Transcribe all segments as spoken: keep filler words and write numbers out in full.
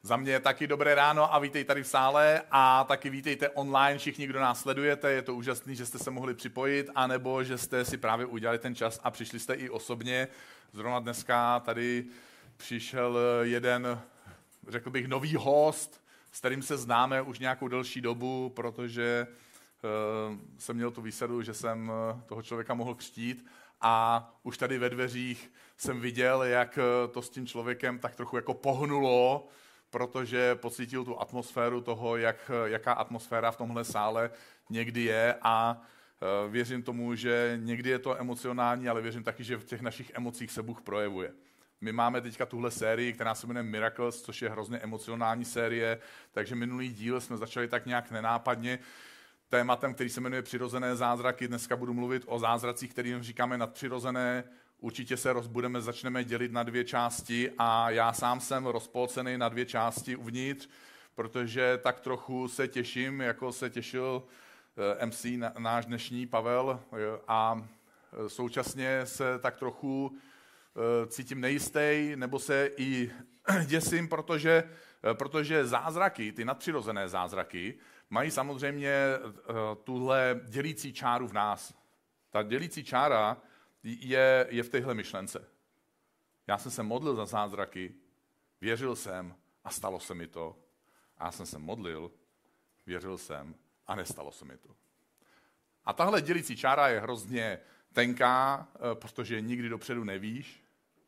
Za mě taky dobré ráno a vítejte tady v sále a taky vítejte online všichni, kdo nás sledujete. Je to úžasný, že jste se mohli připojit, anebo že jste si právě udělali ten čas a přišli jste i osobně. Zrovna dneska tady přišel jeden, řekl bych, nový host, s kterým se známe už nějakou delší dobu, protože uh, jsem měl tu výsadu, že jsem toho člověka mohl křtít a už tady ve dveřích jsem viděl, jak to s tím člověkem tak trochu jako pohnulo, protože pocítil tu atmosféru toho, jak, jaká atmosféra v tomhle sále někdy je a uh, věřím tomu, že někdy je to emocionální, ale věřím taky, že v těch našich emocích se Bůh projevuje. My máme teďka tuhle sérii, která se jmenuje Miracles, což je hrozně emocionální série, takže minulý díl jsme začali tak nějak nenápadně tématem, který se jmenuje Přirozené zázraky. Dneska budu mluvit o zázracích, kterým říkáme nadpřirozené. Určitě se rozbudeme, začneme dělit na dvě části a já sám jsem rozpolcený na dvě části uvnitř, protože tak trochu se těším, jako se těšil em cé náš dnešní Pavel a současně se tak trochu cítím nejistý, nebo se i děsím, protože, protože zázraky, ty nadpřirozené zázraky, mají samozřejmě tuhle dělící čáru v nás. Ta dělící čára je, je v téhle myšlence. Já jsem se modlil za zázraky, věřil jsem a stalo se mi to. A já jsem se modlil, věřil jsem a nestalo se mi to. A tahle dělící čára je hrozně tenká, protože nikdy dopředu nevíš.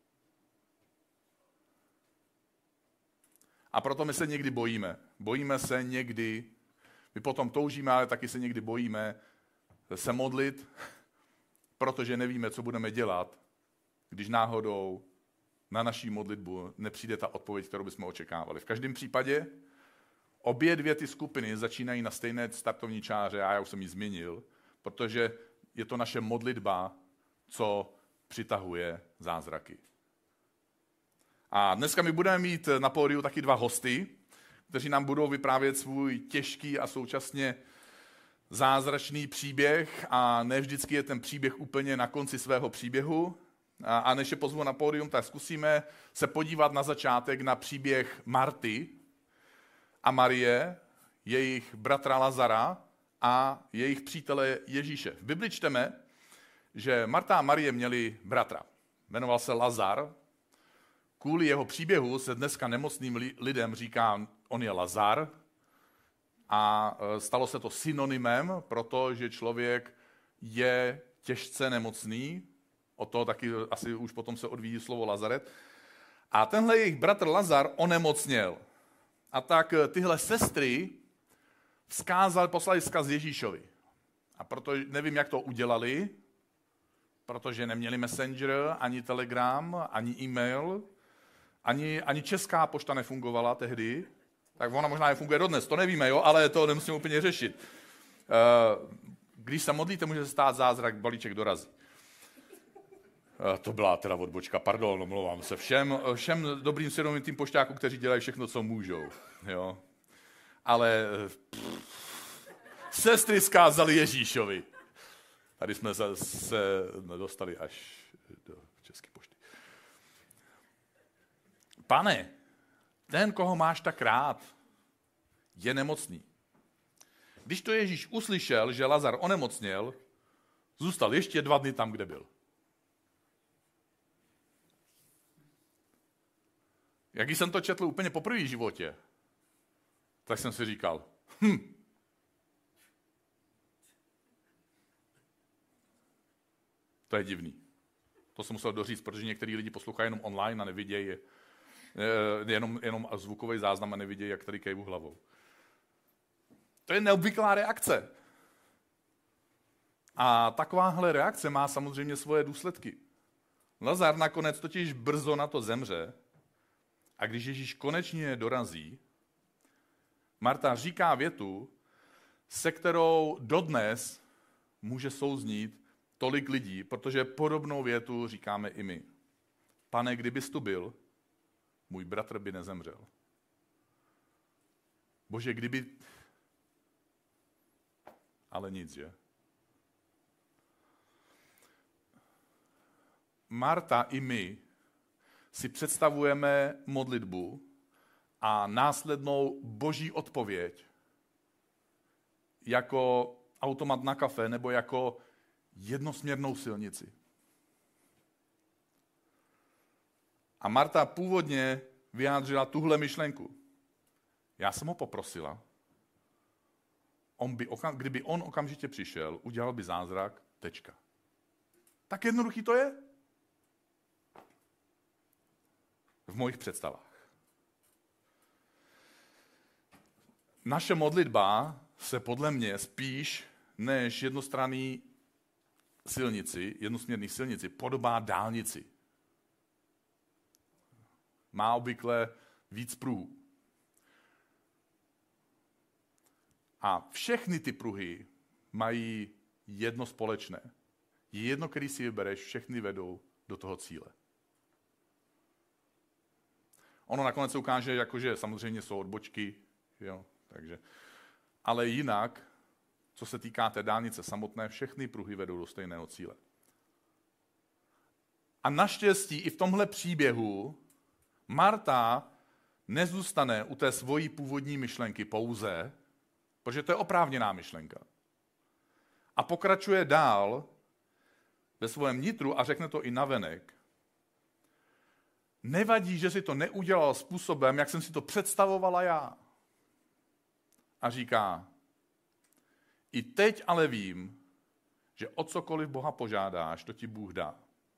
A proto my se někdy bojíme. Bojíme se někdy, my potom toužíme, ale taky se někdy bojíme se modlit, protože nevíme, co budeme dělat, když náhodou na naší modlitbu nepřijde ta odpověď, kterou bychom očekávali. V každém případě obě dvě ty skupiny začínají na stejné startovní čáře, a já už jsem ji zmínil, protože je to naše modlitba, co přitahuje zázraky. A dneska my budeme mít na pódiu taky dva hosty, kteří nám budou vyprávět svůj těžký a současně zázračný příběh a ne vždycky je ten příběh úplně na konci svého příběhu. A, a než je pozvu na pódium, tak zkusíme se podívat na začátek na příběh Marty a Marie, jejich bratra Lazara a jejich přítele Ježíše. V Bibli čteme, že Marta a Marie měli bratra. Jmenoval se Lazar. Kvůli jeho příběhu se dneska nemocným lidem říká, on je Lazar. A stalo se to synonymem, protože člověk je těžce nemocný. Od toho taky asi už potom se odvíjí slovo Lazaret. A tenhle jejich bratr Lazar onemocněl. A tak tyhle sestry vzkázali, poslali vzkaz Ježíšovi. A proto nevím, jak to udělali, protože neměli Messenger, ani Telegram, ani e-mail, ani, ani česká pošta nefungovala tehdy, tak ona možná nefunguje dodnes, to nevíme, jo, ale to nemusíme úplně řešit. Když se modlíte, může se stát zázrak, balíček dorazí. To byla teda odbočka, pardon, omlouvám se všem, všem dobrým svědomitým pošťákům, kteří dělají všechno, co můžou. Jo. Ale pff, sestry zkázali Ježíšovi. Tady jsme se dostali až do České pošty. Pane, ten, koho máš tak rád, je nemocný. Když to Ježíš uslyšel, že Lazar onemocněl, zůstal ještě dva dny tam, kde byl. Jak jsem to četl úplně poprvé v životě, tak jsem si říkal, hm, to je divný. To jsem musel doříct, protože některý lidi poslouchají jenom online a nevidějí jenom, jenom zvukový záznam a nevidějí, jak tady kejvu hlavou. To je neobvyklá reakce. A takováhle reakce má samozřejmě svoje důsledky. Lazar nakonec totiž brzo na to zemře a když Ježíš konečně dorazí, Marta říká větu, se kterou dodnes může souznít tolik lidí, protože podobnou větu říkáme i my. Pane, kdybys tu byl, můj bratr by nezemřel. Bože, kdyby... Ale nic, že? Marta i my si představujeme modlitbu a následnou boží odpověď jako automat na kafe nebo jako jednosměrnou silnici. A Marta původně vyjádřila tuhle myšlenku. Já jsem ho poprosila, on by, kdyby on okamžitě přišel, udělal by zázrak, tečka. Tak jednoduchý to je. V mojich představách. Naše modlitba se podle mě spíš než jednostranný silnici, jednosměrný silnici, podobá dálnici. Má obvykle víc pruhů. A všechny ty pruhy mají jedno společné. Je jedno, který si vybereš, všechny vedou do toho cíle. Ono nakonec se ukáže, jakože samozřejmě jsou odbočky, jo, takže. Ale jinak, co se týká té dálnice samotné, všechny pruhy vedou do stejného cíle. A naštěstí i v tomhle příběhu Marta nezůstane u té svojí původní myšlenky pouze, protože to je oprávněná myšlenka. A pokračuje dál ve svém nitru a řekne to i navenek. Nevadí, že si to neudělal způsobem, jak jsem si to představovala já. A říká, i teď ale vím, že o cokoliv Boha požádáš, to ti Bůh dá.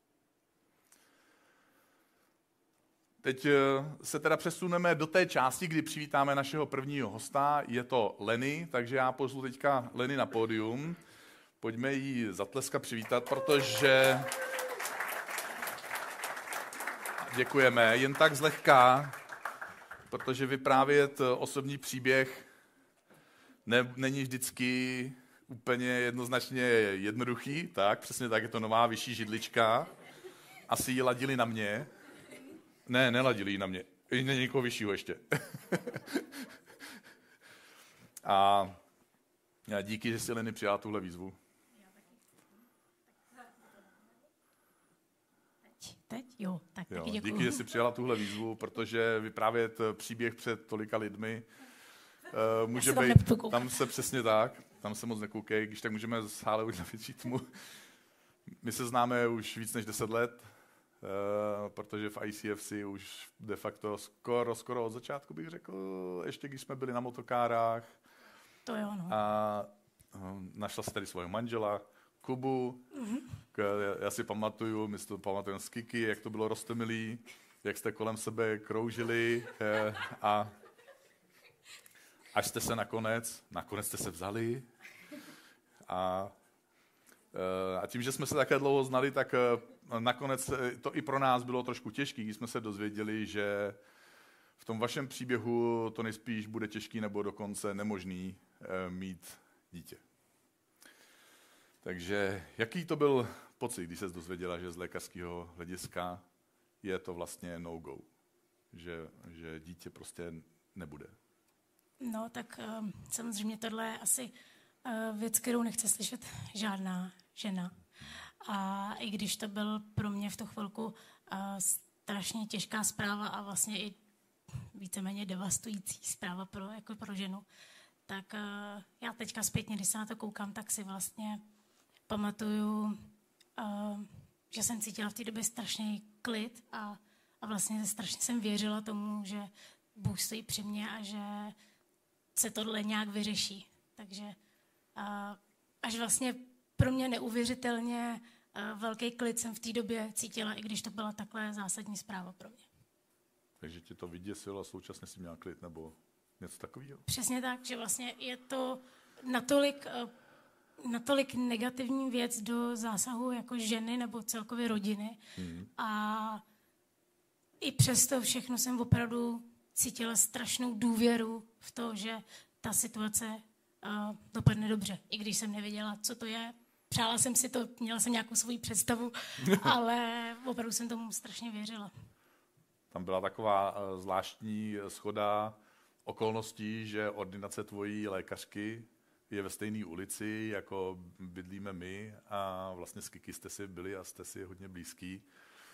Teď se teda přesuneme do té části, kdy přivítáme našeho prvního hosta. Je to Lenny, takže já pozvu teďka Lenny na pódium. Pojďme jí zatleskat přivítat, protože... Děkujeme, jen tak zlehka, protože vyprávět osobní příběh ne, není vždycky úplně jednoznačně jednoduchý, tak, přesně tak, je to nová vyšší židlička. Asi ji ladili na mě. Ne, neladili ji na mě. Ne někoho vyššího ještě. A díky, že jsi, Lenny, přijala tuhle výzvu. Teď? Jo, tak jo, taky děkuju. Díky, že jsi přijala tuhle výzvu, protože vyprávět příběh před tolika lidmi uh, může být, tam se přesně tak, tam se moc nekoukej, když tak můžeme s Hálou už na větší tmu. My se známe už víc než deset let, uh, protože v I C F C už de facto skoro, skoro od začátku bych řekl, ještě když jsme byli na motokárách. To jo, no. A uh, našla se tady svého manžela, Kubu. Mm-hmm. Já si pamatuju, my si to pamatujeme z Kiki, jak to bylo roztomilý, jak jste kolem sebe kroužili a až jste se nakonec, nakonec jste se vzali a, a tím, že jsme se také dlouho znali, tak nakonec to i pro nás bylo trošku těžké, když jsme se dozvěděli, že v tom vašem příběhu to nejspíš bude těžký nebo dokonce nemožný mít dítě. Takže jaký to byl pocit, když ses dozvěděla, že z lékařského hlediska je to vlastně no-go, že, že dítě prostě nebude? No tak um, samozřejmě tohle je asi uh, věc, kterou nechce slyšet žádná žena. A i když to byl pro mě v tu chvilku uh, strašně těžká zpráva a vlastně i víceméně devastující zpráva pro, jako pro ženu, tak uh, já teďka zpětně, když se na to koukám, tak si vlastně pamatuju, uh, že jsem cítila v té době strašný klid a, a vlastně strašně jsem věřila tomu, že Bůh stojí při mě a že se tohle nějak vyřeší. Takže uh, až vlastně pro mě neuvěřitelně uh, velký klid jsem v té době cítila, i když to byla takhle zásadní zpráva pro mě. Takže tě to vyděsilo a současně jsi měla klid, nebo něco takového? Přesně tak, že vlastně je to natolik... Uh, natolik negativní věc do zásahu jako ženy nebo celkově rodiny. Mm. A i přesto všechno jsem opravdu cítila strašnou důvěru v to, že ta situace uh, dopadne dobře. I když jsem nevěděla, co to je. Přála jsem si to, měla jsem nějakou svoji představu, ale opravdu jsem tomu strašně věřila. Tam byla taková uh, zvláštní shoda okolností, že ordinace tvojí lékařky je ve stejné ulici, jako bydlíme my a vlastně s Kiki jste si byli a jste si hodně blízký.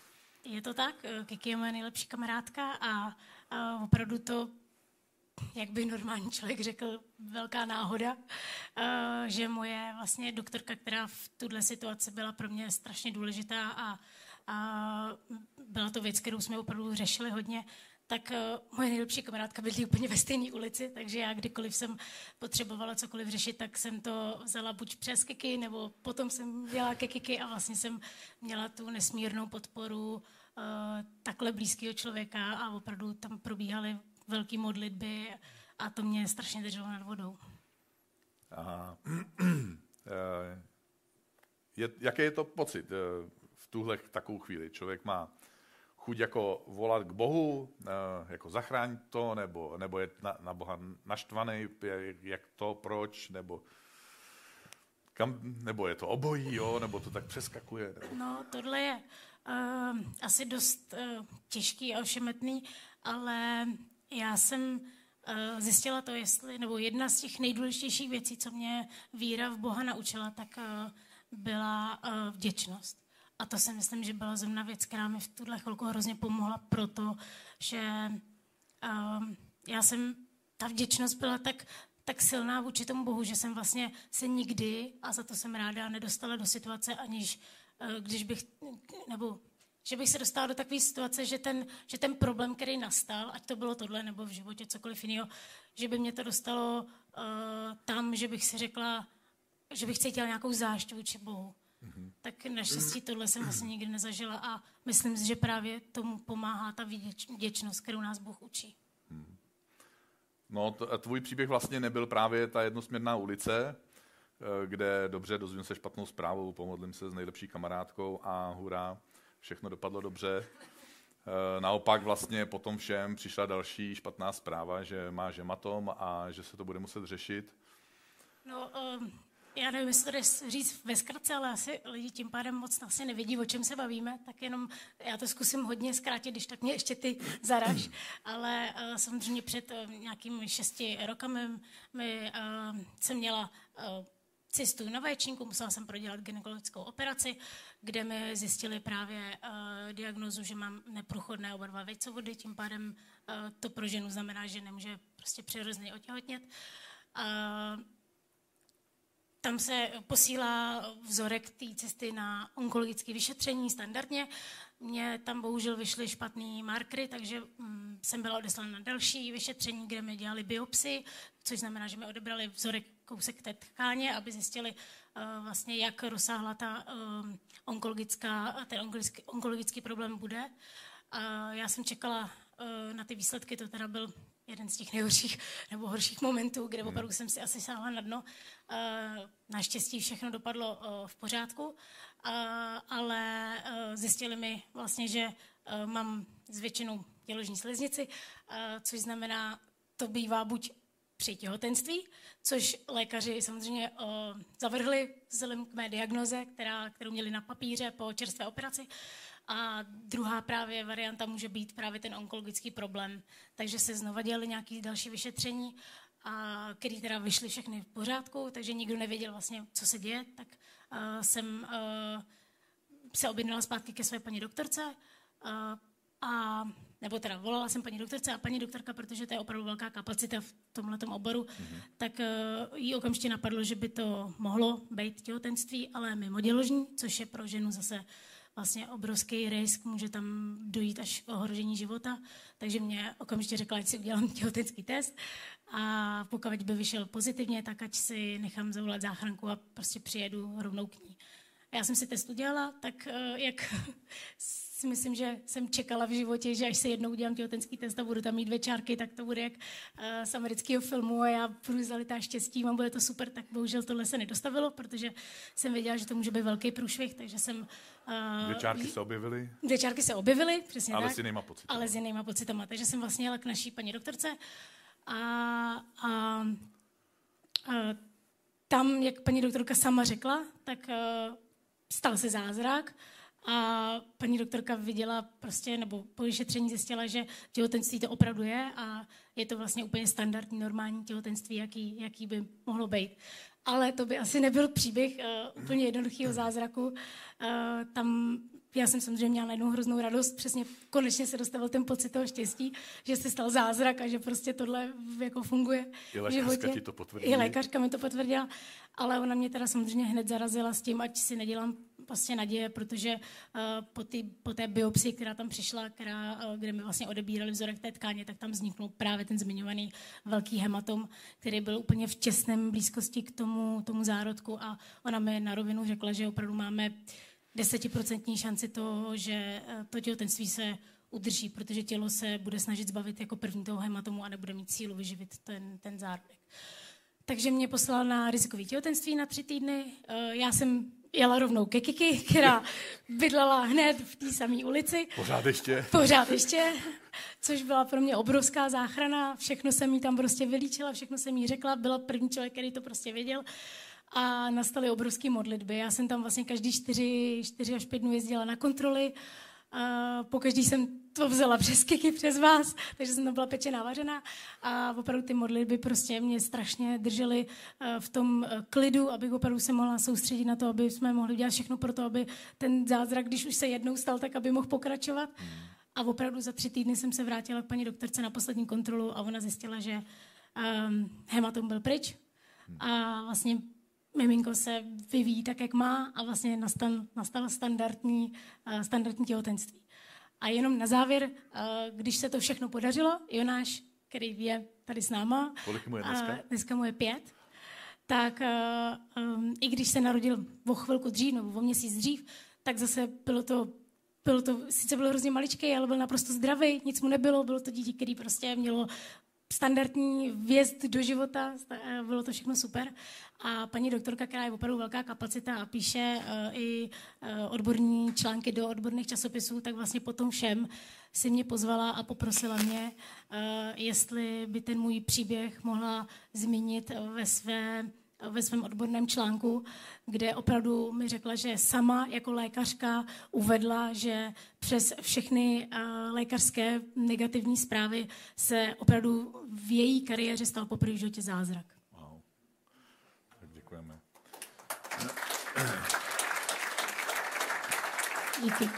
je to tak, Kiki je moje nejlepší kamarádka a, a opravdu to, jak by normální člověk řekl, velká náhoda, že moje vlastně doktorka, která v tuhle situaci byla pro mě strašně důležitá a, a byla to věc, kterou jsme opravdu řešili hodně, tak moje nejlepší kamarádka bydlí úplně ve stejné ulici, takže já kdykoliv jsem potřebovala cokoliv řešit, tak jsem to vzala buď přes Kiki, nebo potom jsem dělala ke Kiki a vlastně jsem měla tu nesmírnou podporu uh, takhle blízkého člověka a opravdu tam probíhaly velké modlitby a to mě strašně drželo nad vodou. Aha. Je, jaký je to pocit v tuhle takovou chvíli? Člověk má chuť jako volat k Bohu, jako zachráň to, nebo, nebo je na, na Boha naštvaný, jak to, proč, nebo, kam, nebo je to obojí, jo, nebo to tak přeskakuje? Nebo... No, tohle je uh, asi dost uh, těžký a ošemetný, ale já jsem uh, zjistila to, jestli, nebo jedna z těch nejdůležitějších věcí, co mě víra v Boha naučila, tak uh, byla uh, vděčnost. A to si myslím, že byla zrovna věc, která mi v tuhle chvilku hrozně pomohla, protože um, já jsem, ta vděčnost byla tak, tak silná vůči tomu Bohu, že jsem vlastně se nikdy, a za to jsem ráda, nedostala do situace, aniž uh, když bych, nebo že bych se dostala do takové situace, že ten, že ten problém, který nastal, ať to bylo tohle, nebo v životě cokoliv jiného, že by mě to dostalo uh, tam, že bych si řekla, že bych cítila nějakou zášť vůči Bohu. Mm-hmm. Tak naštěstí tohle jsem vlastně nikdy nezažila a myslím si, že právě tomu pomáhá ta vděčnost, kterou nás Bůh učí. Hmm. No, t- tvůj příběh vlastně nebyl právě ta jednosměrná ulice, kde dobře, dozvím se špatnou zprávou, pomodlím se s nejlepší kamarádkou a hurá, všechno dopadlo dobře. Naopak vlastně po tom všem přišla další špatná zpráva, že máš hematom a že se to bude muset řešit. No, um... Já nevím, jestli to jde říct ve zkratce, ale asi lidi tím pádem moc vlastně nevědí, o čem se bavíme, tak jenom já to zkusím hodně zkrátit, když tak mě ještě ty zaraž. Ale uh, samozřejmě před uh, nějakými šesti rokami mi, uh, jsem měla uh, cystu na vaječníku, musela jsem prodělat gynekologickou operaci, kde mi zjistili právě uh, diagnózu, že mám neprůchodné oba dva vejcovody, tím pádem uh, to pro ženu znamená, že nemůže prostě přirozeně otěhotnět. Uh, Tam se posílá vzorek té cesty na onkologické vyšetření standardně. Mně tam bohužel vyšly špatný markery, takže mm, jsem byla odeslána na další vyšetření, kde mi dělali biopsii, což znamená, že mi odebrali vzorek kousek té tkáně, aby zjistili uh, vlastně, jak rozsáhla ta uh, onkologická, ten onkologický, onkologický problém bude. Uh, já jsem čekala uh, na ty výsledky, to teda byl jeden z těch nejhorších nebo horších momentů, kde opravdu jsem si asi sáhla na dno. Naštěstí všechno dopadlo v pořádku, ale zjistili mi vlastně, že mám zvětšenou děložní sliznici, což znamená, to bývá buď při těhotenství, což lékaři samozřejmě zavrhli vzhledem k mé diagnoze, která, kterou měli na papíře po čerstvé operaci. A druhá právě varianta může být právě ten onkologický problém. Takže se znova dělali nějaké další vyšetření, a který teda vyšly všechny v pořádku, takže nikdo nevěděl vlastně, co se děje. Tak uh, jsem uh, se objednala zpátky ke své paní doktorce uh, a nebo teda volala jsem paní doktorce a paní doktorka, protože to je opravdu velká kapacita v tomhletom oboru, mm-hmm. tak uh, jí okamžitě napadlo, že by to mohlo být těhotenství, ale mimoděložní, což je pro ženu zase vlastně obrovský risk, může tam dojít až k ohrožení života, takže mě okamžitě řekla, ať si udělám těhotenský test a pokud by vyšel pozitivně, tak ať si nechám zavolat záchranku a prostě přijedu rovnou k ní. A já jsem si test udělala, tak jak si myslím, že jsem čekala v životě, že až se jednou udělám těhotenský test a budu tam mít dvě čárky, tak to bude jak z amerického filmu a já budu zalitá štěstím a bude to super, tak bohužel tohle se nedostavilo, protože jsem věděla, že to může být velký průšvih, takže jsem... Dvě čárky se objevily? Dvě čárky se objevily, přesně ale tak. S jinýma pocitama. Ale s jinýma pocitama. Takže jsem vlastně jela k naší paní doktorce a, a, a tam, jak paní doktorka sama řekla, tak stal se zázrak a paní doktorka viděla prostě, nebo po vyšetření zjistila, že těhotenství to opravdu je a je to vlastně úplně standardní, normální těhotenství, jaký, jaký by mohlo být. ale to by asi nebyl příběh uh, úplně jednoduchého zázraku. Uh, tam já jsem samozřejmě měla najednou hroznou radost, přesně konečně se dostavil ten pocit toho štěstí, že se stal zázrak a že prostě tohle jako funguje v životě. Ti to potvrdila. I lékařka mi to potvrdila, ale ona mě teda samozřejmě hned zarazila s tím, ať si nedělám vlastně naděje, protože uh, po, ty, po té biopsii, která tam přišla, která, uh, kde mi vlastně odebírali vzorek té tkáně, tak tam vzniknul právě ten zmiňovaný velký hematom, který byl úplně v těsném blízkosti k tomu, tomu zárodku a ona mi na rovinu řekla, že opravdu máme desetiprocentní šanci toho, že to těhotenství se udrží, protože tělo se bude snažit zbavit jako první toho hematomu a nebude mít sílu vyživit ten, ten zárodek. Takže mě poslala na rizikový těhotenství na tři týdny. Já jsem jela rovnou ke Kiki, která bydlela hned v té samé ulici. Pořád ještě. Pořád ještě, což byla pro mě obrovská záchrana. Všechno jsem jí tam prostě vylíčila, všechno jsem jí řekla. Byla první člověk, který to prostě věděl. A nastaly obrovské modlitby. Já jsem tam vlastně každý čtyři, čtyři až pět dnů jezdila na kontroly. A po každý jsem to vzala přes Kiki, přes vás, takže jsem tam byla pečená, vařená. A opravdu ty modlitby prostě mě strašně držely v tom klidu, abych opravdu se mohla soustředit na to, aby jsme mohli dělat všechno pro to, aby ten zázrak, když už se jednou stal, tak aby mohl pokračovat. A opravdu za tři týdny jsem se vrátila k paní doktorce na poslední kontrolu a ona zjistila, že um, hematom byl pryč. A vlastně miminko se vyvíjí tak, jak má a vlastně nastal, nastalo standardní, uh, standardní těhotenství. A jenom na závěr, uh, když se to všechno podařilo, Jonáš, který je tady s náma, kolik mu je dneska? Uh, dneska mu je pět, tak uh, um, i když se narodil o chvilku dřív, nebo o měsíc dřív, tak zase bylo to, bylo to, sice bylo hrozně maličký, ale byl naprosto zdravý, nic mu nebylo, bylo to dítě, který prostě mělo standardní vjezd do života, bylo to všechno super. A paní doktorka, která je opravdu velká kapacita a píše uh, i uh, odborní články do odborných časopisů, tak vlastně po tom všem si mě pozvala a poprosila mě, uh, jestli by ten můj příběh mohla zmínit ve své ve svém odborném článku, kde opravdu mi řekla, že sama jako lékařka uvedla, že přes všechny uh, lékařské negativní zprávy se opravdu v její kariéře stal poprvé v životě zázrak. Wow. Tak děkujeme. Díky.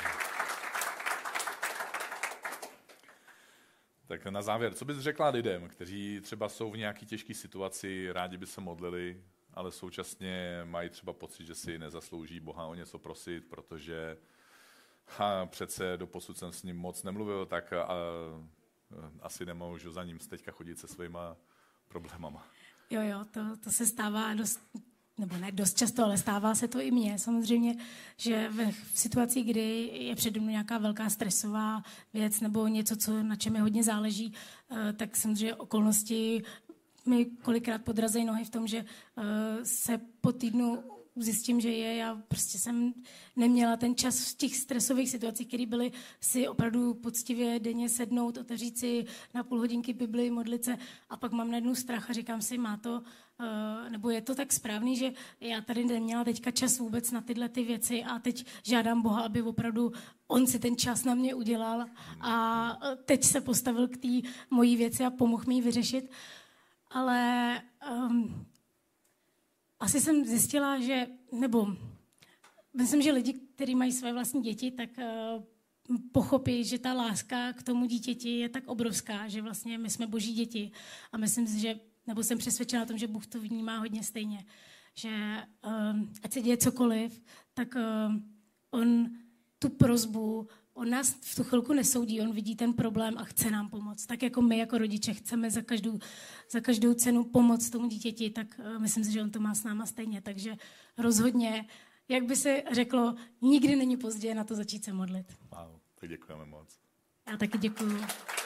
Tak na závěr, co bys řekla lidem, kteří třeba jsou v nějaké těžké situaci, rádi by se modlili, ale současně mají třeba pocit, že si nezaslouží Boha o něco prosit, protože ha, přece doposud jsem s ním moc nemluvil, tak a, a, asi nemůžu za ním teďka chodit se svýma problémama. Jo, jo, to, to se stává dost, nebo ne dost často, ale stává se to i mně. Samozřejmě, že ve v situaci, kdy je přede mnou nějaká velká stresová věc nebo něco, co, na čem mi hodně záleží, tak samozřejmě okolnosti mi kolikrát podrazejí nohy v tom, že se po týdnu zjistím, že je, já prostě jsem neměla ten čas v těch stresových situacích, které byly si opravdu poctivě denně sednout, otevřít si na půl hodinky Bibli, modlit se a pak mám najednou strach a říkám si, má to, nebo je to tak správný, že já tady neměla teďka čas vůbec na tyhle ty věci a teď žádám Boha, aby opravdu on si ten čas na mě udělal a teď se postavil k té mojí věci a pomohl mi ji vyřešit. Ale um, asi jsem zjistila, že, nebo myslím, že lidi, kteří mají své vlastní děti, tak uh, pochopí, že ta láska k tomu dítěti je tak obrovská, že vlastně my jsme boží děti a myslím si, že, nebo jsem přesvědčena o tom, že Bůh to vnímá hodně stejně, že um, ať se děje cokoliv, tak um, on tu prosbu, on nás v tu chvilku nesoudí, on vidí ten problém a chce nám pomoct. Tak jako my jako rodiče chceme za každou, za každou cenu pomoct tomu dítěti, tak uh, myslím si, že on to má s náma stejně. Takže rozhodně, jak by se řeklo, nikdy není pozdě na to začít se modlit. Wow, tak děkujeme moc. Já taky děkuju.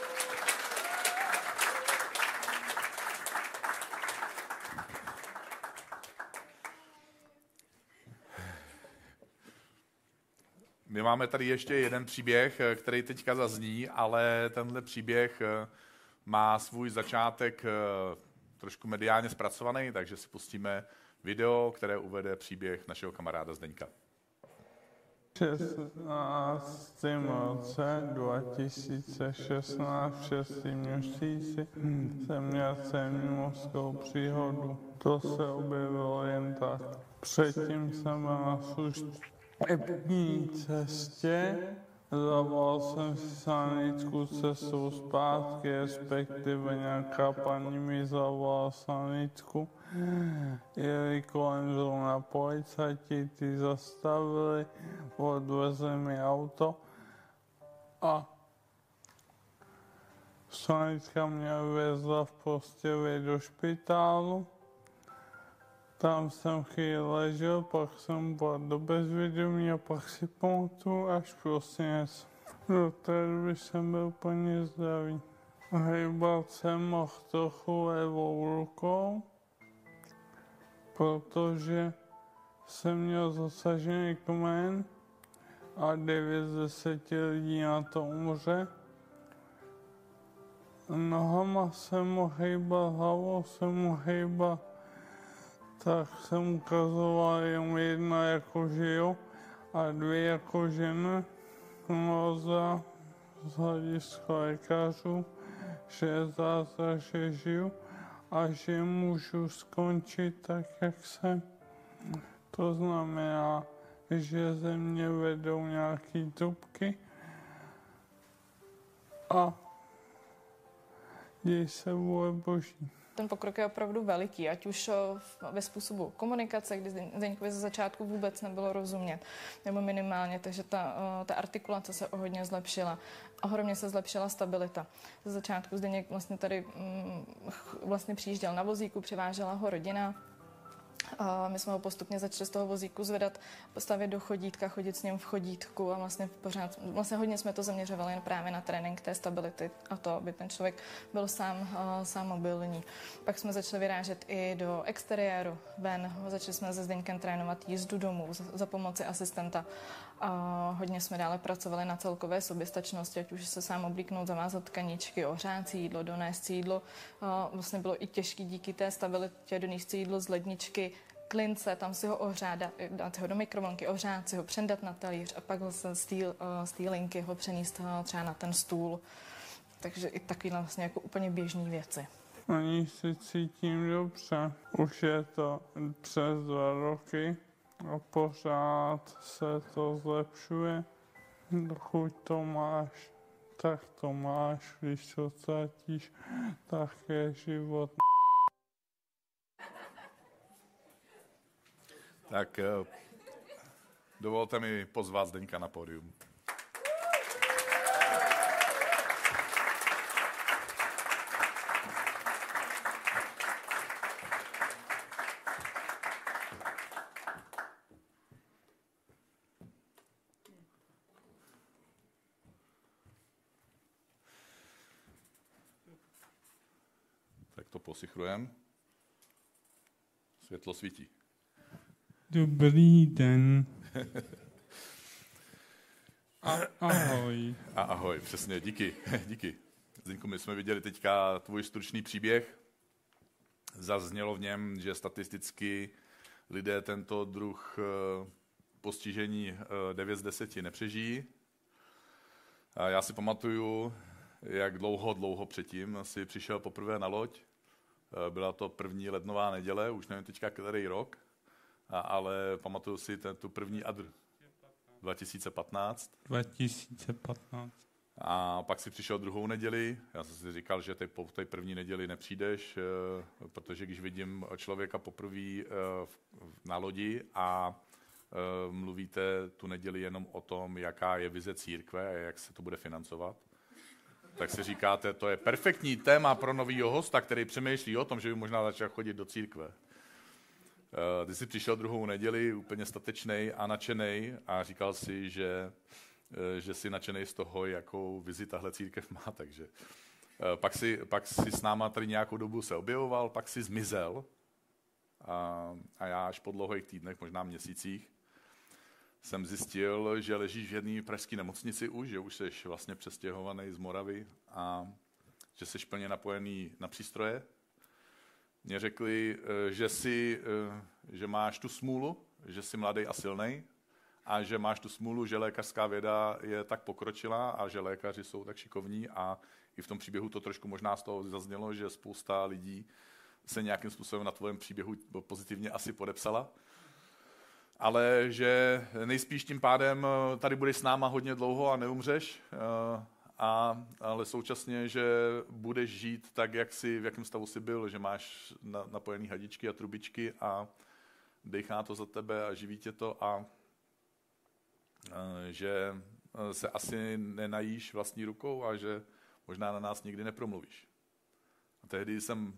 My máme tady ještě jeden příběh, který teďka zazní, ale tenhle příběh má svůj začátek trošku mediálně zpracovaný, takže si pustíme video, které uvede příběh našeho kamaráda Zdeňka. šestnáctém roce dva tisíce šestnáct v šestém měsíci jsem měl sémimořskou příhodu. To se objevilo jen tak. Předtím jsem byl na služební cestě, zavolal jsem si sanitku cestou zpátky, respektive nějaká paní mi zavolala sanitku. Jeli kolem zrovna policajti, ty zastavili, odvezli mi auto a sanitka mě vezla v Prostějově do špitálu. Tam jsem chvíli ležel, pak jsem byl do bezvědomí a pak si pamatuju až prosinec. Do té doby jsem byl úplně zdravý. Hejbat jsem mohl trochu levou rukou, protože jsem měl zasažený kmen a devět z deseti lidí na to umře. Nohama jsem mohl hejbat, hlavou jsem mohl hejbat, tak jsem ukazoval jen jedna jako žiju a dvě jako žena. No za z hlediska lékařů, že je zázrak, že žiju a že můžu skončit tak, jak jsem. To znamená, že ze mě vedou nějaký trubky a děj se vůle Boží. Ten pokrok je opravdu veliký, ať už ve způsobu komunikace, kdy Zdeňkovi ze začátku vůbec nebylo rozumět, nebo minimálně, takže ta, ta artikulace se o hodně zlepšila. Ohromně se zlepšila stabilita. Ze začátku Zdeněk vlastně tady vlastně přijížděl na vozíku, přivážela ho rodina. A my jsme ho postupně začali z toho vozíku zvedat, postavit do chodítka, chodit s ním v chodítku a vlastně pořád, vlastně hodně jsme to zaměřovali jen právě na trénink té stability a to, aby ten člověk byl sám, uh, sám mobilní. Pak jsme začali vyrážet i do exteriéru, ven, začali jsme se Zdeňkem trénovat jízdu domů za, za pomoci asistenta. A hodně jsme dále pracovali na celkové soběstačnosti, ať už se sám oblíknout, zavázat tkaničky, ohřát si jídlo, donést si jídlo. A vlastně bylo i těžké díky té stabilitě donést si jídlo z ledničky, klince, tam si ho ohřát, dát ho do mikrovlnky, ohřát si ho, přendat na talíř a pak vlastně z té linky ho přenést třeba na ten stůl. Takže i takovýhle vlastně jako úplně běžné věci. Ani si cítím dobře. Už je to přes dva roky a pořád se to zlepšuje. Dokud to máš, tak to máš. Když to ztratíš, tak je život. Tak dovolte mi pozvat Zdeňka na pódium. Tak to posichrujeme. Světlo svítí. Dobrý den. A ahoj. A ahoj, přesně, díky, díky. Zdeňku, my jsme viděli teďka tvůj stručný příběh. Zaznělo v něm, že statisticky lidé tento druh postižení devět z deseti nepřežijí. A já si pamatuju, jak dlouho, dlouho předtím si přišel poprvé na loď. Byla to první lednová neděle, už nevím teďka který rok. A, ale pamatuju si ten, tu první adr. dva tisíce patnáct. dva tisíce patnáct. A pak si přišel druhou neděli. Já jsem si říkal, že ty, po té první neděli nepřijdeš, protože když vidím člověka poprvé na lodi a mluvíte tu neděli jenom o tom, jaká je vize církve a jak se to bude financovat, tak si říkáte, to je perfektní téma pro novýho hosta, který přemýšlí o tom, že by možná začal chodit do církve. Ty jsi přišel druhou neděli úplně statečnej a nadšenej a říkal si, že, že jsi nadšenej z toho, jakou vizi tahle církev má. Takže pak si, pak si s náma tady nějakou dobu se objevoval, pak si zmizel a, a já až po dlouhých týdnech, možná měsících, jsem zjistil, že ležíš v jedné pražské nemocnici už, že už jsi vlastně přestěhovaný z Moravy a že jsi plně napojený na přístroje. Mně řekli, že, jsi, že máš tu smůlu, že jsi mladý a silnej a že máš tu smůlu, že lékařská věda je tak pokročilá a že lékaři jsou tak šikovní a i v tom příběhu to trošku možná z toho zaznělo, že spousta lidí se nějakým způsobem na tvém příběhu pozitivně asi podepsala, ale že nejspíš tím pádem tady budeš s náma hodně dlouho a neumřeš, a, ale současně, že budeš žít tak, jak jsi, v jakém stavu jsi byl, že máš na, napojený hadičky a trubičky a dechá to za tebe a živí tě to a, a že se asi nenajíš vlastní rukou a že možná na nás nikdy nepromluvíš. A tehdy jsem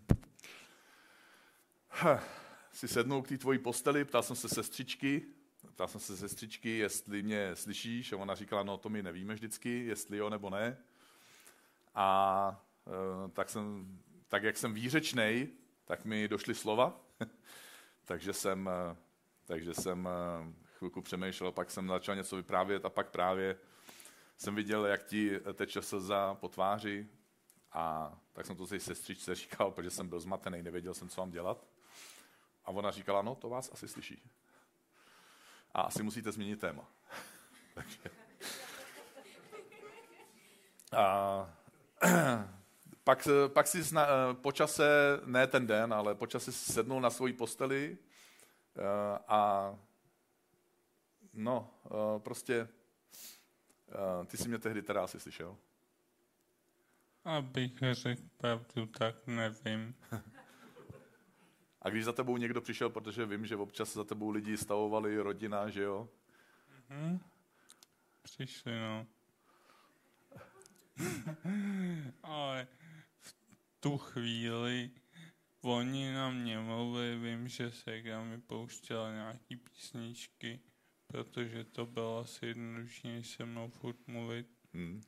huh, si sednul k té tvojí posteli, ptal jsem se sestřičky, ptal jsem se sestřičky, jestli mě slyšíš, a ona říkala, no to my nevíme vždycky, jestli jo nebo ne. A e, tak, jsem, tak jak jsem výřečnej, tak mi došly slova, takže jsem, takže jsem chvilku přemýšlel, pak jsem začal něco vyprávět a pak právě jsem viděl, jak ti teče slza po tváři a tak jsem to si sestřičce říkal, protože jsem byl zmatený, nevěděl jsem, co mám dělat. A ona říkala, no to vás asi slyší. A asi musíte změnit téma. Takže. A pak, pak si zna, po čase, ne ten den, ale po čase si sednul na svoji posteli a no, prostě ty jsi mě tehdy teda asi slyšel. Abych řekl pravdu, tak nevím. A když za tebou někdo přišel, protože vím, že občas za tebou lidi stavovali rodina, že jo? Mhm. Přišli, no. Ale v tu chvíli oni na mě mluvili, vím, že Segra mi pouštěla nějaký písničky, protože to bylo asi jednodušší, než se mnou furt mluvit. Hmm.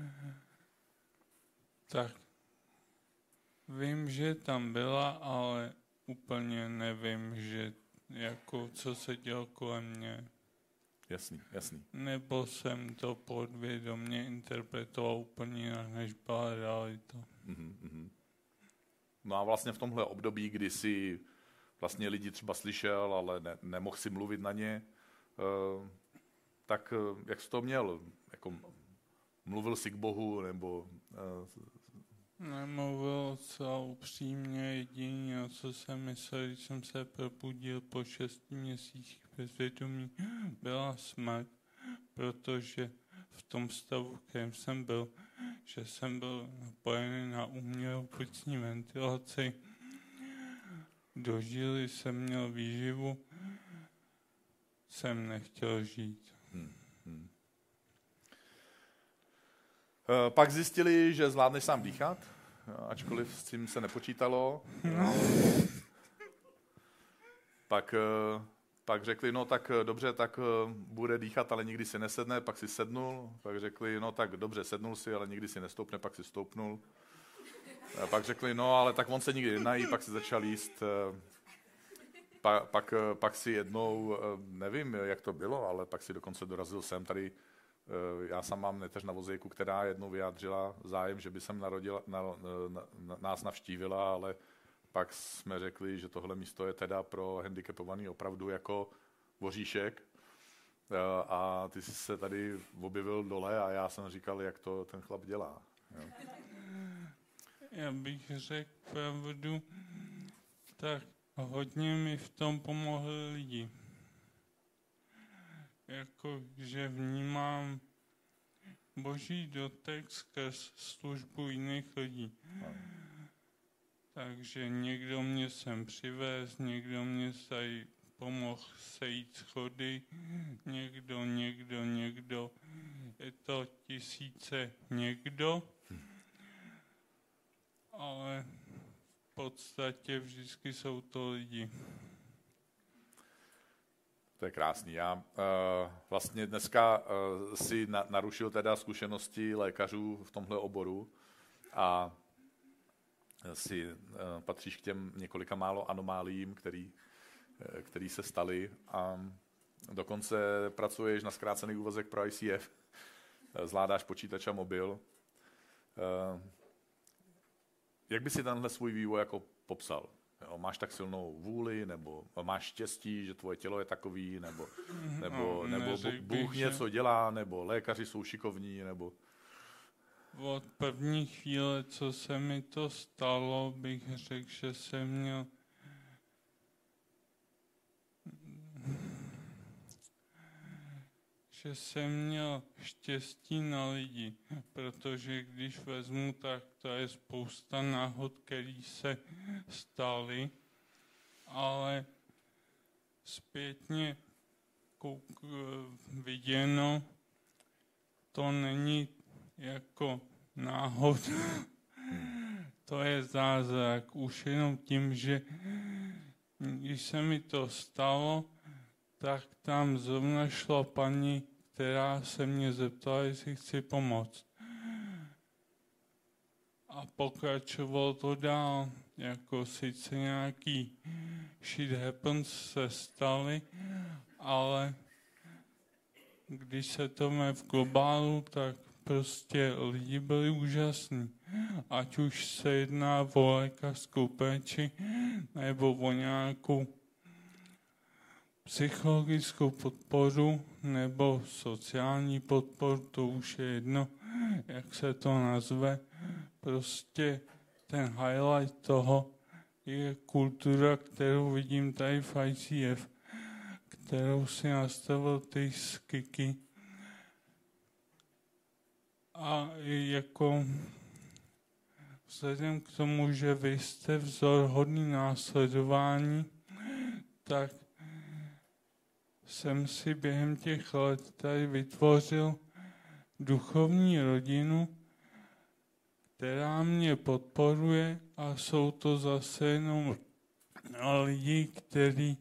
Tak vím, že tam byla, ale úplně nevím, že jako co se dělo kolem mě. Jasný, jasný. Nebo jsem to podvědomě interpretoval úplně jinak, než byla realita. Mm-hmm, mm-hmm. No a vlastně v tomhle období, kdy jsi vlastně lidi třeba slyšel, ale ne, nemohl si mluvit na ně, uh, tak uh, jak jsi to měl? Jako, mluvil jsi k Bohu, nebo... Uh, Nemluvil celá upřímně, jediné, co jsem myslel, když jsem se probudil po šesti měsících bezvědomí, byla smrt, protože v tom stavu, v kterém jsem byl, že jsem byl napojený na umělou plicní ventilaci, do žíly jsem měl výživu, jsem nechtěl žít. Hmm. Hmm. Pak zjistili, že zvládneš sám dýchat, ačkoliv s tím se nepočítalo. No. Pak, pak řekli, no tak dobře, tak bude dýchat, ale nikdy si nesedne, pak si sednul. Pak řekli, no tak dobře, sednul si, ale nikdy si nestoupne, pak si stoupnul. A pak řekli, no ale tak on se nikdy nenají, pak si začal jíst. Pa, pak, pak si jednou, nevím, jak to bylo, ale pak si dokonce dorazil sem tady. Já sám mám neteř na vozejku, která jednou vyjádřila zájem, že by sem narodila, na, na, na, nás navštívila, ale pak jsme řekli, že tohle místo je teda pro handicapovaný opravdu jako voříšek. A ty jsi se tady objevil dole a já jsem říkal, jak to ten chlap dělá. Jo. Já bych řekl pravdu, tak hodně mi v tom pomohli lidi. Jako, že vnímám Boží dotek skrz službu jiných lidí. Takže někdo mě sem přivez, někdo mě tady pomohl sejít schody, někdo, někdo, někdo. Je to tisíce někdo, ale v podstatě vždycky jsou to lidi. To je krásný. Já uh, vlastně dneska uh, si na, narušil teda zkušenosti lékařů v tomhle oboru a si uh, patříš k těm několika málo anomáliím, který, uh, který se staly a dokonce pracuješ na zkrácený úvazek pro I C F, zvládáš počítač a mobil. Uh, jak by si tenhle svůj vývoj jako popsal? Jo, máš tak silnou vůli, nebo máš štěstí, že tvoje tělo je takový, nebo, nebo, No, nebo neřekl Bůh bych, něco že- dělá, nebo lékaři jsou šikovní, nebo... Od první chvíle, co se mi to stalo, bych řekl, že jsem měl že jsem měl štěstí na lidi, protože když vezmu, tak to je spousta náhod, které se staly, ale zpětně kouk, viděno, to není jako náhod, to je zázrak. Už jenom tím, že když se mi to stalo, tak tam zrovna šla paní, která se mě zeptala, jestli chci pomoct. A pokračovalo to dál, jako sice nějaký shit happens se staly, ale když se to má v globálu, tak prostě lidi byli úžasní. Ať už se jedná o lékařskou péči, nebo o nějakou psychologickou podporu, nebo sociální podporu, to už je jedno, jak se to nazve. Prostě ten highlight toho je kultura, kterou vidím tady v I C F, kterou si nastavil ty skiky. A jako vzhledem k tomu, že vy jste vzor hodný následování, tak jsem si během těch let tady vytvořil duchovní rodinu, která mě podporuje, a jsou to zase jenom lidi, kteří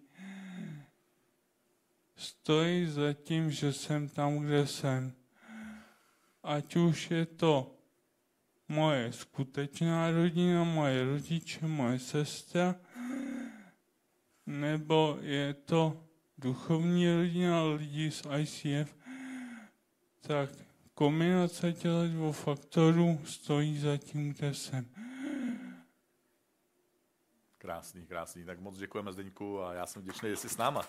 stojí za tím, že jsem tam, kde jsem. Ať už je to moje skutečná rodina, moje rodiče, moje sestra, nebo je to duchovní rodina lidí z I C F, tak kombinace těchto dvou faktorů stojí za tím, kde jsem. Krásný, krásný. Tak moc děkujeme, Zdeňku, a já jsem vděčný, že jsi s náma.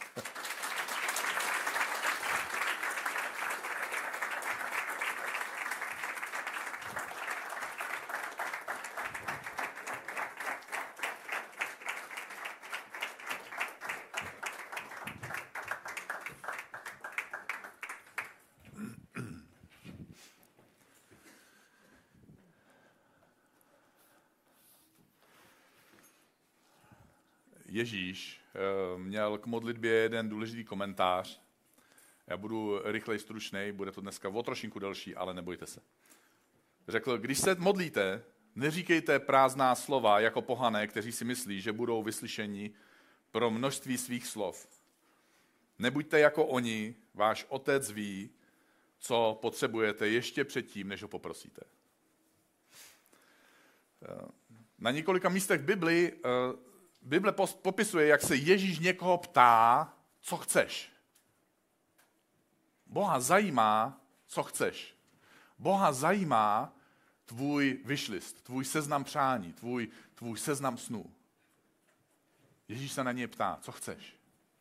Ježíš měl k modlitbě jeden důležitý komentář. Já budu rychlej, stručnej, bude to dneska o trošinku delší, ale nebojte se. Řekl, když se modlíte, neříkejte prázdná slova jako pohané, kteří si myslí, že budou vyslyšeni pro množství svých slov. Nebuďte jako oni, váš otec ví, co potřebujete ještě předtím, než ho poprosíte. Na několika místech Bibli Bible popisuje, jak se Ježíš někoho ptá, co chceš. Boha zajímá, co chceš. Boha zajímá tvůj wishlist, tvůj seznam přání, tvůj, tvůj seznam snů. Ježíš se na něj ptá, co chceš.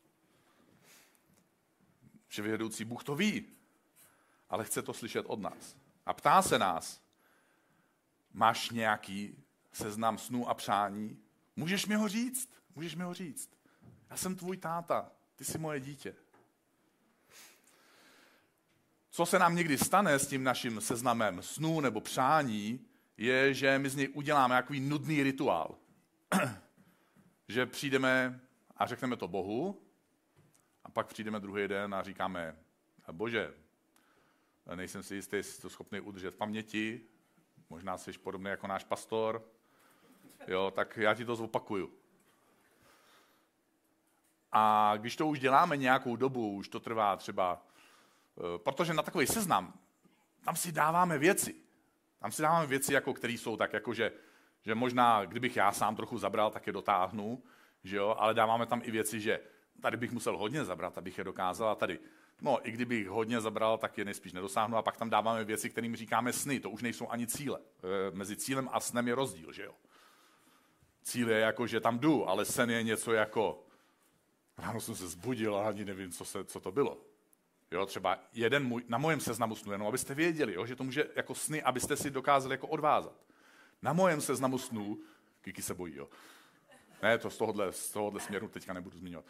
Vševědoucí Bůh to ví, ale chce to slyšet od nás. A ptá se nás, máš nějaký seznam snů a přání? Můžeš mi ho říct? Můžeš mi ho říct. Já jsem tvůj táta, ty jsi moje dítě. Co se nám někdy stane s tím naším seznamem snů nebo přání, je, že my z něj uděláme takový nudný rituál. Že přijdeme a řekneme to Bohu, a pak přijdeme druhý den a říkáme, Bože, nejsem si jistý, jestli jsi to schopný udržet v paměti, možná jsi podobný jako náš pastor, jo, tak já ti to zopakuju. A když to už děláme nějakou dobu, už to trvá třeba, protože na takový seznam, tam si dáváme věci. Tam si dáváme věci, jako, které jsou tak, jako že, že možná, kdybych já sám trochu zabral, tak je dotáhnu, že jo, ale dáváme tam i věci, že tady bych musel hodně zabrat, abych je dokázal, a tady, no, i kdybych hodně zabral, tak je nejspíš nedosáhnu, a pak tam dáváme věci, kterým říkáme sny, to už nejsou ani cíle. Mezi cílem a snem je rozdíl, že jo. Cíl je jako, že tam jdu, ale sen je něco jako, ráno jsem se zbudil a ani nevím, co, se, co to bylo. Jo, třeba jeden můj, na mojem seznamu snů, jenom abyste věděli, jo, že to může jako sny, abyste si dokázali jako odvázat. Na mojem seznamu snů, Kiki se bojí, jo. Ne, to z tohohle, z tohohle směru teďka nebudu zmiňovat.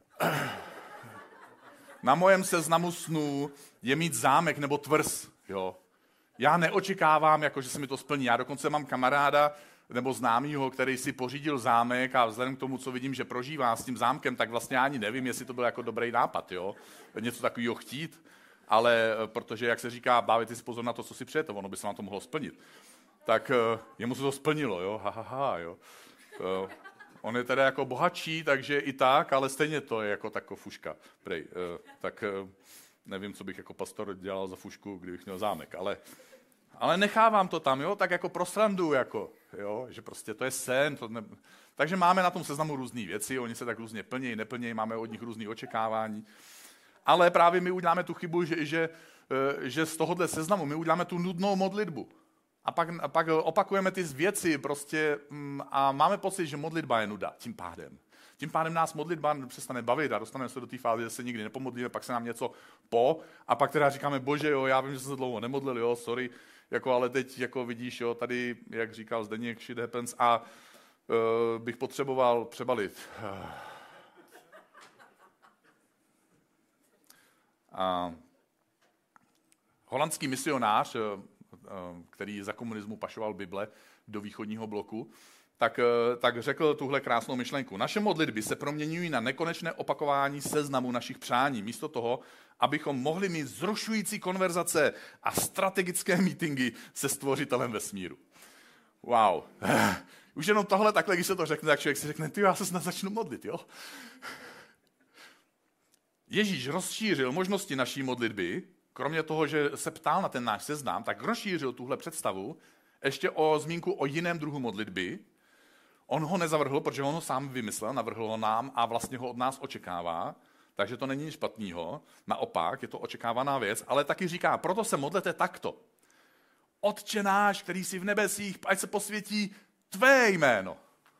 Na mojem seznamu snů je mít zámek nebo tvrz, jo. Já neočekávám, jako, že se mi to splní. Já dokonce mám kamaráda nebo známýho, který si pořídil zámek a vzhledem k tomu, co vidím, že prožívá s tím zámkem, tak vlastně ani nevím, jestli to byl jako dobrý nápad, jo. Něco takového chtít, ale protože, jak se říká, dávejte si pozor na to, co si přejete, ono by se vám to mohlo splnit. Tak jemu se to splnilo, jo, ha, ha, ha, jo. On je teda jako bohatší, takže i tak, ale stejně to je jako taková fuška. Prej, tak nevím, co bych jako pastor dělal za fušku, kdybych měl zámek, ale, ale nechávám to tam, jo, tak jako pro srandu, jako, jo, že prostě to je sen. To ne... Takže máme na tom seznamu různé věci, oni se tak různě plnějí, neplnějí, máme od nich různé očekávání. Ale právě my uděláme tu chybu, že, že, že z tohohle seznamu my uděláme tu nudnou modlitbu. A pak, a pak opakujeme ty věci prostě a máme pocit, že modlitba je nuda tím pádem. Tím pádem nás modlitba přestane bavit a dostaneme se do té fáze, že se nikdy nepomodlíme, pak se nám něco po a pak teda říkáme, bože, jo, já vím, že jsem se dlouho nemodlil, jo, sorry, jako, ale teď jako vidíš, jo, tady, jak říkal Zdeněk, shit happens a uh, bych potřeboval přebalit. A holandský misionář, který za komunismu pašoval Bible do východního bloku, tak, tak řekl tuhle krásnou myšlenku. Naše modlitby se proměňují na nekonečné opakování seznamu našich přání, místo toho, abychom mohli mít zrušující konverzace a strategické meetingy se stvořitelem vesmíru. Wow. Už jenom tohle takhle, když se to řekne, tak člověk si řekne, ty, já se snad začnu modlit, jo? Ježíš rozšířil možnosti naší modlitby, kromě toho, že se ptal na ten náš seznam, tak rozšířil tuhle představu ještě o zmínku o jiném druhu modlitby. On ho nezavrhl, protože on ho sám vymyslel, navrhl ho nám a vlastně ho od nás očekává, takže to není nic špatného. Naopak, je to očekávaná věc, ale taky říká, proto se modlete takto. Otče náš, který jsi v nebesích, ať se posvětí tvé jméno.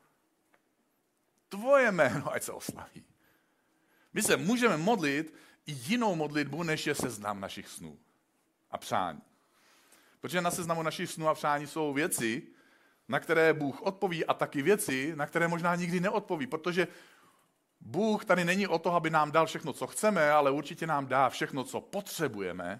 Tvoje jméno, ať se oslaví. My se můžeme modlit i jinou modlitbu, než je seznam našich snů a přání. Protože na seznamu našich snů a přání jsou věci, na které Bůh odpoví a taky věci, na které možná nikdy neodpoví, protože Bůh tady není o to, aby nám dal všechno, co chceme, ale určitě nám dá všechno, co potřebujeme.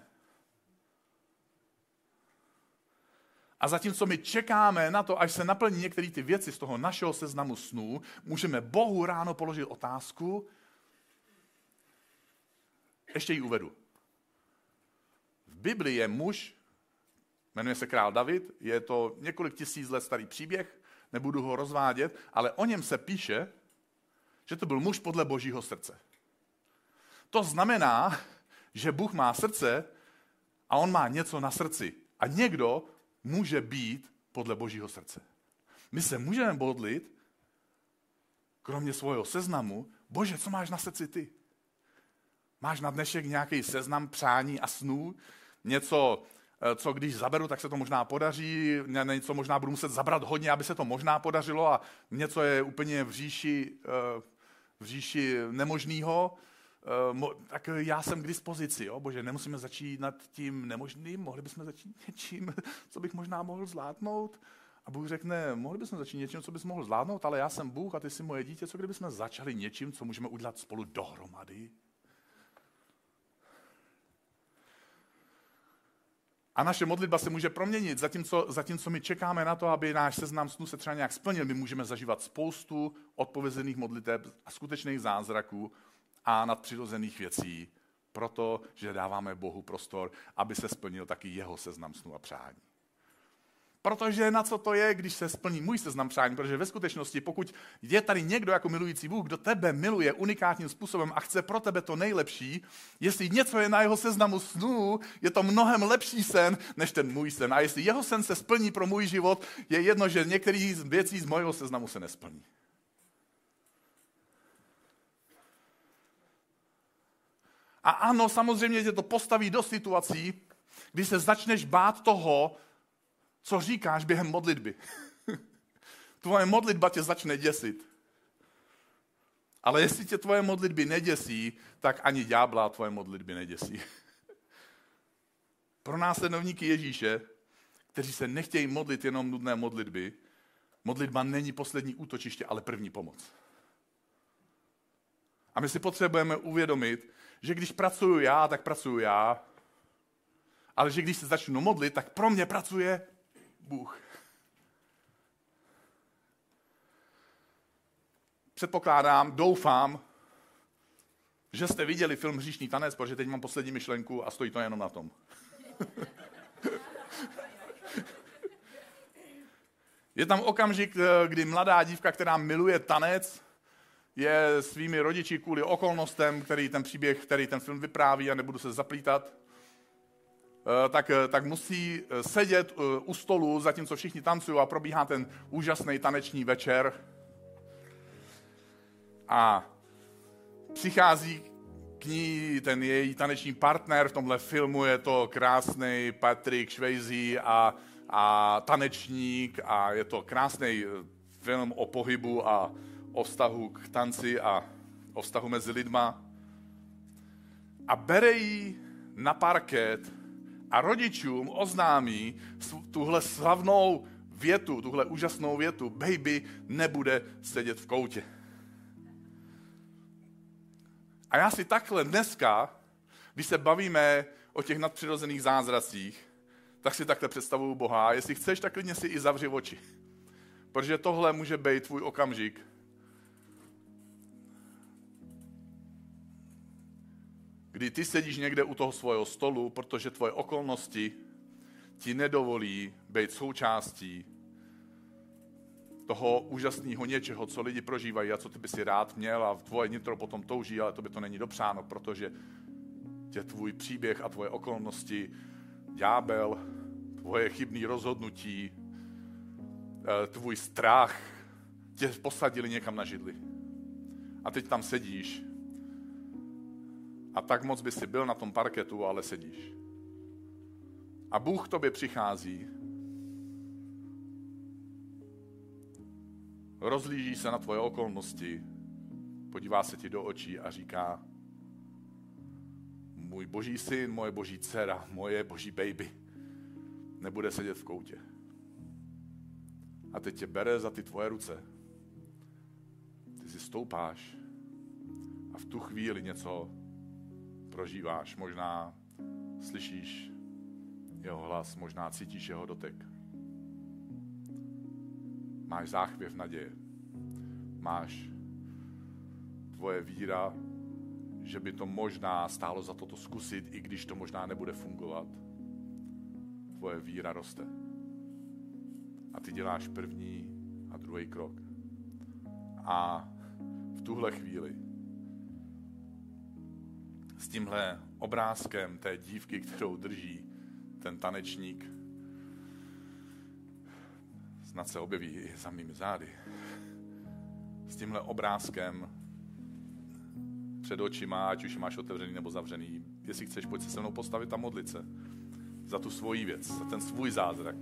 A zatímco my čekáme na to, až se naplní některé ty věci z toho našeho seznamu snů, můžeme Bohu ráno položit otázku. Ještě ji uvedu. V Biblii je muž, jmenuje se král David, je to několik tisíc let starý příběh, nebudu ho rozvádět, ale o něm se píše, že to byl muž podle Božího srdce. To znamená, že Bůh má srdce a on má něco na srdci. A někdo může být podle Božího srdce. My se můžeme modlit, kromě svého seznamu, Bože, co máš na srdci ty? Máš na dnešek nějaký seznam přání a snů? Něco, co když zaberu, tak se to možná podaří, něco možná budu muset zabrat hodně, aby se to možná podařilo a něco je úplně v říši, v říši nemožného, tak já jsem k dispozici. Jo? Bože, nemusíme začít nad tím nemožným, mohli bychom začít něčím, co bych možná mohl zvládnout? A Bůh řekne, mohli bychom začít něčím, co bys mohl zvládnout, ale já jsem Bůh a ty jsi moje dítě, co kdybychom začali něčím, co můžeme udělat spolu dohromady? A naše modlitba se může proměnit, zatímco, zatímco my čekáme na to, aby náš seznam snů se třeba nějak splnil. My můžeme zažívat spoustu odpovězených modliteb a skutečných zázraků a nadpřirozených věcí, protože dáváme Bohu prostor, aby se splnil taky jeho seznam snů a přání. Protože na co to je, když se splní můj seznam přání? Protože ve skutečnosti, pokud je tady někdo jako milující Bůh, kdo tebe miluje unikátním způsobem a chce pro tebe to nejlepší, jestli něco je na jeho seznamu snů, je to mnohem lepší sen, než ten můj sen. A jestli jeho sen se splní pro můj život, je jedno, že některé věcí z mojho seznamu se nesplní. A ano, samozřejmě tě to postaví do situací, kdy se začneš bát toho, co říkáš během modlitby. tvoje modlitba tě začne děsit. Ale jestli tě tvoje modlitby neděsí, tak ani ďábla tvoje modlitby neděsí. Pro následovníky Ježíše, kteří se nechtějí modlit jenom nudné modlitby, modlitba není poslední útočiště, ale první pomoc. A my si potřebujeme uvědomit, že když pracuju já, tak pracuju já, ale že když se začnu modlit, tak pro mě pracuje Bůh. Předpokládám, doufám, že jste viděli film Hříšný tanec, protože teď mám poslední myšlenku a stojí to jenom na tom. Je tam okamžik, kdy mladá dívka, která miluje tanec, je svými rodiči kvůli okolnostem, který ten příběh, který ten film vypráví, a nebudu se zaplítat, tak, tak musí sedět u stolu, zatímco všichni tancují a probíhá ten úžasný taneční večer. A přichází k ní ten její taneční partner, v tomhle filmu je to krásný Patrick Swayze a, a tanečník, a je to krásný film o pohybu a o vztahu k tanci a o vztahu mezi lidma. A bere ji na parket a rodičům oznámí tuhle slavnou větu, tuhle úžasnou větu: baby nebude sedět v koutě. A já si takhle dneska, když se bavíme o těch nadpřirozených zázracích, tak si takhle představuju Boha. A jestli chceš, tak klidně si i zavři oči. Protože tohle může být tvůj okamžik, kdy ty sedíš někde u toho svého stolu, protože tvoje okolnosti ti nedovolí být součástí toho úžasného něčeho, co lidi prožívají a co ty by si rád měl, a tvoje nitro potom touží, ale to by to není dopřáno, protože tě tvůj příběh a tvoje okolnosti, ďábel, tvoje chybné rozhodnutí, tvůj strach tě posadili někam na židli. A teď tam sedíš a tak moc by si byl na tom parketu, ale sedíš. A Bůh k tobě přichází, rozhlíží se na tvoje okolnosti, podívá se ti do očí a říká: můj boží syn, moje boží dcera, moje boží baby nebude sedět v koutě. A teď tě bere za ty tvoje ruce. Ty si stoupáš a v tu chvíli něco prožíváš. Možná slyšíš jeho hlas, možná cítíš jeho dotek. Máš záchvěv naděje. Máš tvoje víra, že by to možná stálo za to to zkusit, i když to možná nebude fungovat. Tvoje víra roste. A ty děláš první a druhý krok. A v tuhle chvíli s tímhle obrázkem té dívky, kterou drží ten tanečník, snad se objeví i za mými zády, s tímhle obrázkem před očima, ať už máš otevřený nebo zavřený, jestli chceš, pojď se se mnou postavit a modlit se za tu svoji věc, za ten svůj zázrak.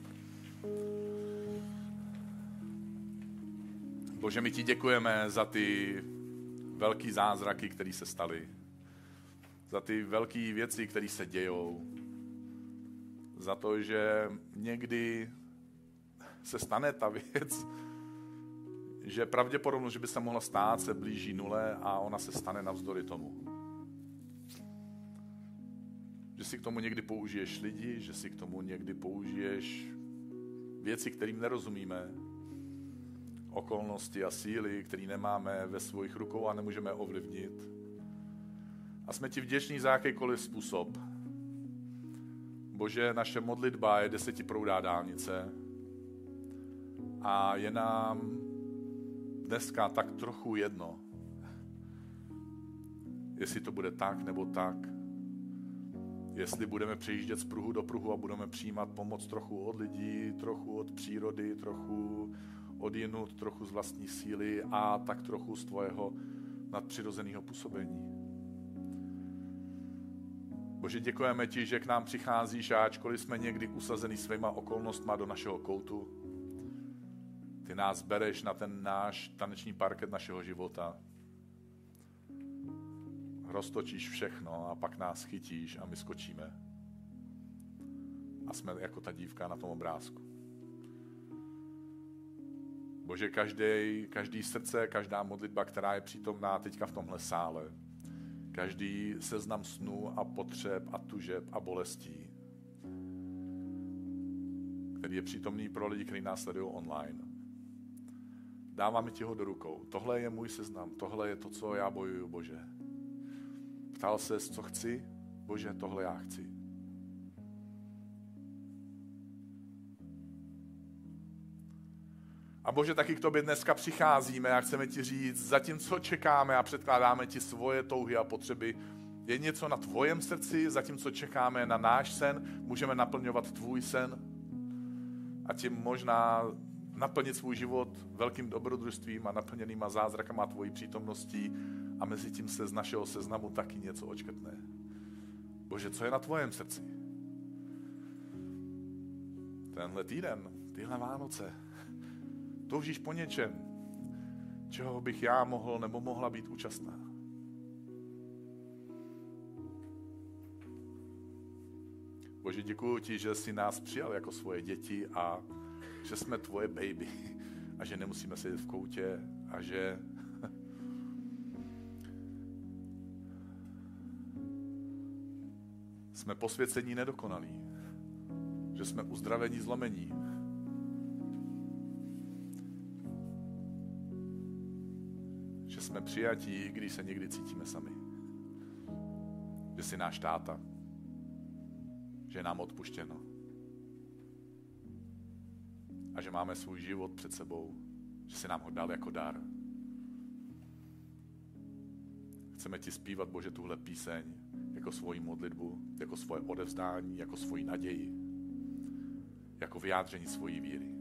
Bože, my ti děkujeme za ty velký zázraky, které se staly, za ty velké věci, které se dějou, za to, že někdy se stane ta věc, že pravděpodobnost, že by se mohla stát, se blíží nule a ona se stane navzdory tomu. Že si k tomu někdy použiješ lidi, že si k tomu někdy použiješ věci, kterým nerozumíme, okolnosti a síly, které nemáme ve svých rukou a nemůžeme ovlivnit. A jsme ti vděční za jakýkoliv způsob. Bože, naše modlitba je desetiproudá dálnice a je nám dneska tak trochu jedno, jestli to bude tak nebo tak, jestli budeme přejíždět z pruhu do pruhu a budeme přijímat pomoc trochu od lidí, trochu od přírody, trochu od jinut, trochu z vlastní síly a tak trochu z tvojho nadpřirozeného působení. Bože, děkujeme ti, že k nám přicházíš a ačkoliv jsme někdy usazení svýma okolnostma do našeho koutu, Ty nás bereš na ten náš taneční parket našeho života. Roztočíš všechno a pak nás chytíš a my skočíme. A jsme jako ta dívka na tom obrázku. Bože, každý, každý srdce, každá modlitba, která je přítomná teďka v tomhle sále, každý seznam snů a potřeb a tužeb a bolestí, který je přítomný pro lidi, kteří nás sledují online. Dáváme ti ho do rukou. Tohle je můj seznam, tohle je to, co já bojuju, Bože. Ptal ses, co chci? Bože, tohle já chci. A Bože, taky k tobě dneska přicházíme a chceme ti říct, zatímco čekáme a předkládáme ti svoje touhy a potřeby, je něco na tvojem srdci, zatímco čekáme na náš sen, můžeme naplňovat tvůj sen a tím možná naplnit svůj život velkým dobrodružstvím a naplněnýma zázrakama tvojí přítomností a mezi tím se z našeho seznamu taky něco očkrtne. Bože, co je na tvojem srdci? Tenhle týden, tyhle Vánoce, toužíš po něčem, čeho bych já mohl nebo mohla být účastná. Bože, děkuju ti, že jsi nás přijal jako svoje děti a že jsme tvoje baby a že nemusíme sedět v koutě a že jsme posvěcení nedokonalí, že jsme uzdravení zlomení. Že jsme přijatí, když se někdy cítíme sami. Že jsi náš táta. Že je nám odpuštěno. A že máme svůj život před sebou. Že jsi nám ho dal jako dar. Chceme ti zpívat, Bože, tuhle píseň jako svoji modlitbu, jako svoje odevzdání, jako svoji naději, jako vyjádření svojí víry.